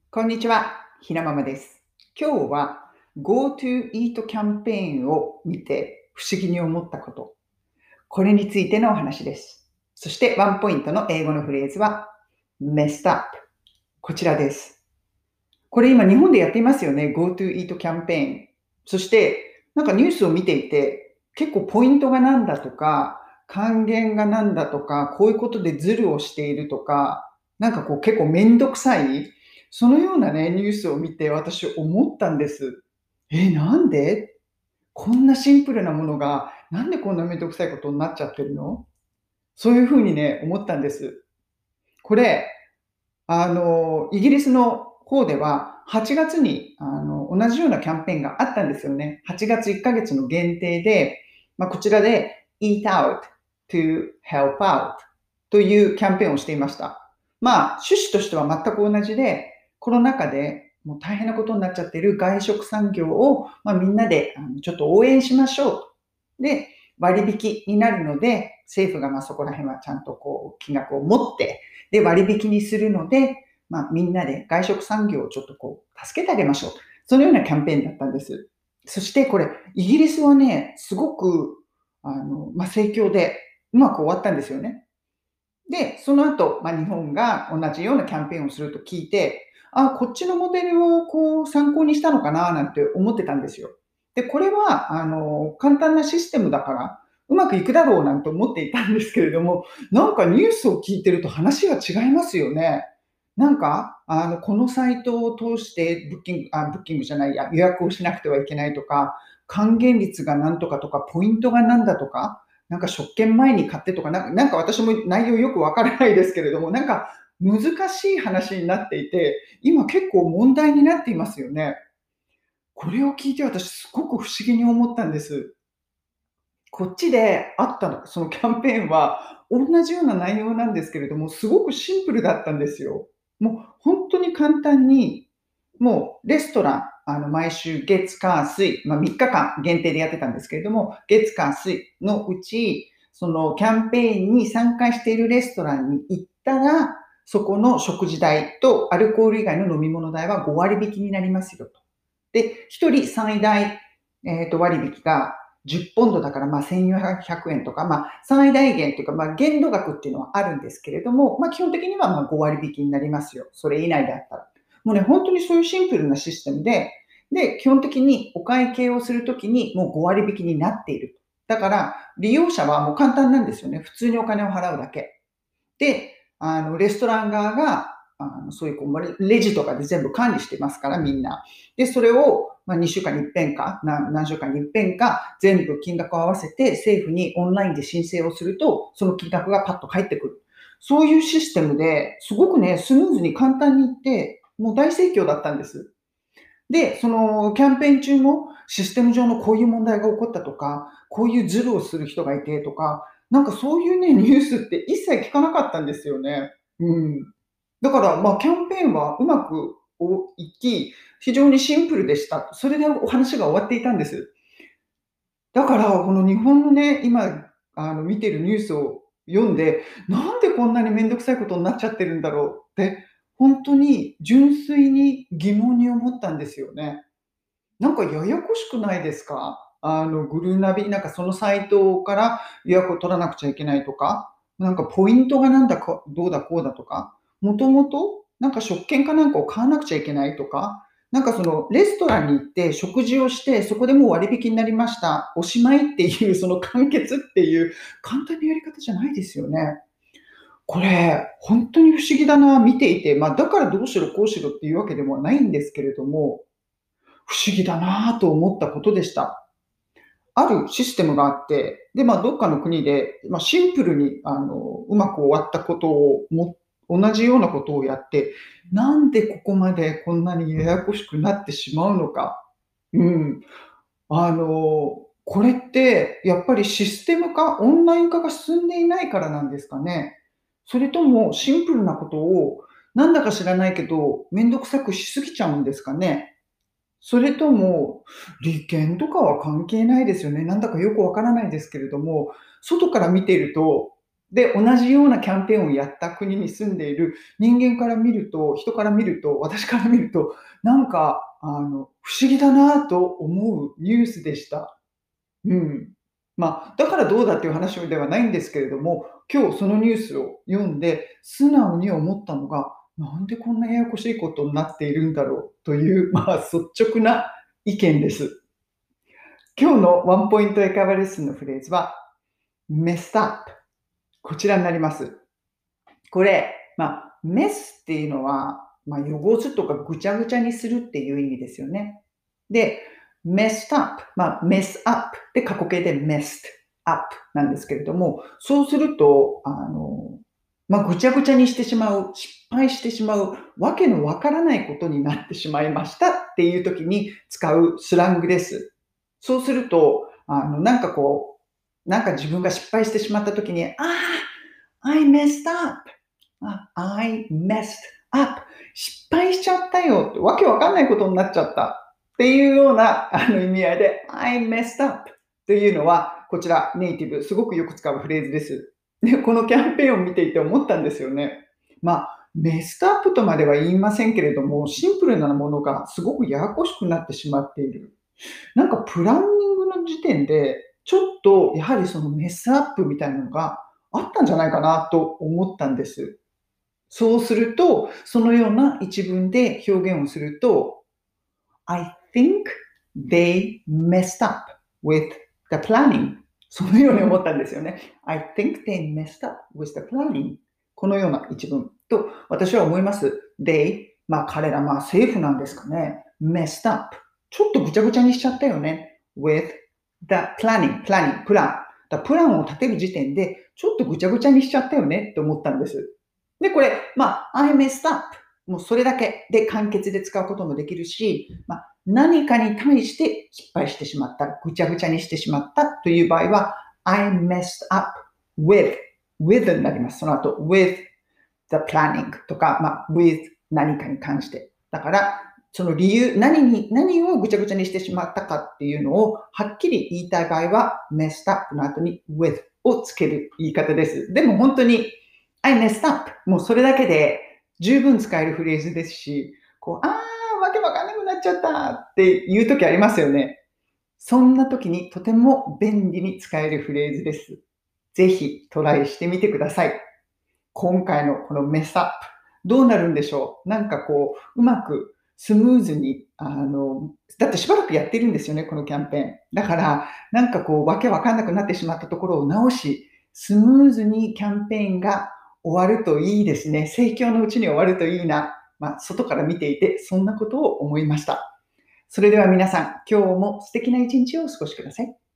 こんにちは、ひなままです。今日は GoTo Eat キャンペーンを見て不思議に思ったこと。これについてのお話です。そしてワンポイントの英語のフレーズは messed up。こちらです。これ今日本でやっていますよね。GoTo Eat キャンペーン。そしてなんかニュースを見ていて結構ポイントがなんだとか、還元がなんだとか、こういうことでズルをしているとか、なんかこう結構めんどくさい、そのようなね、ニュースを見て私思ったんです。なんでこんなシンプルなものが、なんでこんなめんどくさいことになっちゃってるの？そういうふうにね、思ったんです。これ、イギリスの方では、8月に、同じようなキャンペーンがあったんですよね。8月1ヶ月の限定で、こちらで Eat Out to Help Out というキャンペーンをしていました。趣旨としては全く同じで、コロナ禍でもう大変なことになっちゃっている外食産業を、みんなでちょっと応援しましょうと。で、割引になるので、政府がそこら辺はちゃんとこう金額を持って、で、割引にするので、みんなで外食産業をちょっとこう、助けてあげましょう。そのようなキャンペーンだったんです。そしてこれ、イギリスはね、すごく、盛況でうまく終わったんですよね。で、その後、日本が同じようなキャンペーンをすると聞いて、こっちのモデルをこう参考にしたのかななんて思ってたんですよ。で、これは、簡単なシステムだから、うまくいくだろうなんて思っていたんですけれども、なんかニュースを聞いてると話が違いますよね。なんか、このサイトを通してブッキングじゃないや、予約をしなくてはいけないとか、還元率がなんとかとか、ポイントがなんだとか、なんか食券前に買ってとか、なんか私も内容よくわからないですけれども、なんか難しい話になっていて、今結構問題になっていますよね。これを聞いて私すごく不思議に思ったんです。こっちであったのそのキャンペーンは同じような内容なんですけれども、すごくシンプルだったんですよ。もう本当に簡単に、もうレストラン、毎週月、火、水、3日間限定でやってたんですけれども、月、火、水のうち、そのキャンペーンに参加しているレストランに行ったら、そこの食事代とアルコール以外の飲み物代は5割引きになりますよと。で、1人最大、割引が10ポンドだから、1400円とか、最大限というか、限度額っていうのはあるんですけれども、基本的には5割引きになりますよ。それ以内であったら。もうね、本当にそういうシンプルなシステムで、で、基本的にお会計をするときにもう5割引きになっている。だから、利用者はもう簡単なんですよね。普通にお金を払うだけ。で、レストラン側が、そういうこうレジとかで全部管理してますから、みんな。で、それを、2週間に一遍か、何週間に一遍か、全部金額を合わせて政府にオンラインで申請をすると、その金額がパッと返ってくる。そういうシステムで、すごくね、スムーズに簡単にいって、もう大盛況だったんです。で、そのキャンペーン中もシステム上のこういう問題が起こったとか、こういうズルをする人がいてとか、なんかそういうね、ニュースって一切聞かなかったんですよね。うん。だから、キャンペーンはうまくいき、非常にシンプルでした。それでお話が終わっていたんです。だから、この日本のね、今、見てるニュースを読んで、なんでこんなにめんどくさいことになっちゃってるんだろうって、本当に純粋に疑問に思ったんですよね。なんかややこしくないですか？グルナビなんかそのサイトから予約を取らなくちゃいけないとか、なんかポイントがなんだか、どうだこうだとか、もともとなんか食券かなんかを買わなくちゃいけないとか、なんかそのレストランに行って食事をして、そこでもう割引になりました、おしまいっていうその完結っていう簡単なやり方じゃないですよね。これ、本当に不思議だな、見ていて、だからどうしろこうしろっていうわけでもないんですけれども、不思議だなと思ったことでした。あるシステムがあって、で、どっかの国で、シンプルに、うまく終わったことを同じようなことをやって、なんでここまでこんなにややこしくなってしまうのか。うん。これってやっぱりシステム化、オンライン化が進んでいないからなんですかね。それともシンプルなことをなんだか知らないけど、めんどくさくしすぎちゃうんですかね。それとも、利権とかは関係ないですよね。なんだかよくわからないですけれども、外から見ていると、 で、同じようなキャンペーンをやった国に住んでいる人間から見ると、人から見ると、私から見ると、なんか、不思議だなと思うニュースでした。うん。だからどうだっていう話ではないんですけれども、今日そのニュースを読んで、素直に思ったのが、なんでこんなややこしいことになっているんだろうという、率直な意見です。今日のワンポイント英会話レッスンのフレーズは、messed up。こちらになります。これ、メスっていうのは、汚すとかぐちゃぐちゃにするっていう意味ですよね。で、messed up、mess up で過去形で messed up なんですけれども、そうすると、ぐちゃぐちゃにしてしまう、失敗してしまう、わけのわからないことになってしまいましたっていう時に使うスラングです。そうすると、なんか自分が失敗してしまった時に、I messed up. I messed up. 失敗しちゃったよって、わけわかんないことになっちゃったっていうような意味合いで I messed up というのは、こちらネイティブすごくよく使うフレーズです。で、このキャンペーンを見ていて思ったんですよね。メストアップとまでは言いませんけれども、シンプルなものがすごくややこしくなってしまっている。なんかプランニングの時点で、ちょっとやはりそのメスアップみたいなのがあったんじゃないかなと思ったんです。そうすると、そのような一文で表現をすると、I think they messed up with the planning. そのように思ったんですよね。I think they messed up with the planning. このような一文と私は思います。They、彼ら政府なんですかね。messed up。ちょっとぐちゃぐちゃにしちゃったよね。with the planning、プラン。プランを立てる時点でちょっとぐちゃぐちゃにしちゃったよねって思ったんです。で、これ、I messed up。もうそれだけで簡潔で使うこともできるし、何かに対して失敗してしまった、ぐちゃぐちゃにしてしまったという場合は、I messed up with になります。その後、with the planning とか、with 何かに関して。だから、その理由、何をぐちゃぐちゃにしてしまったかっていうのをはっきり言いたい場合は、messed up の後に with をつける言い方です。でも本当に、I messed up。もうそれだけで十分使えるフレーズですし、わけわかんなくなっちゃったっていう時ありますよね。そんな時にとても便利に使えるフレーズです。ぜひトライしてみてください。今回のこのメスアップ、どうなるんでしょう。うまくスムーズに、だってしばらくやってるんですよね、このキャンペーン。だから、わけわかんなくなってしまったところを直し、スムーズにキャンペーンが終わるといいですね。盛況のうちに終わるといいな。外から見ていて、そんなことを思いました。それでは皆さん、今日も素敵な一日をお過ごしください。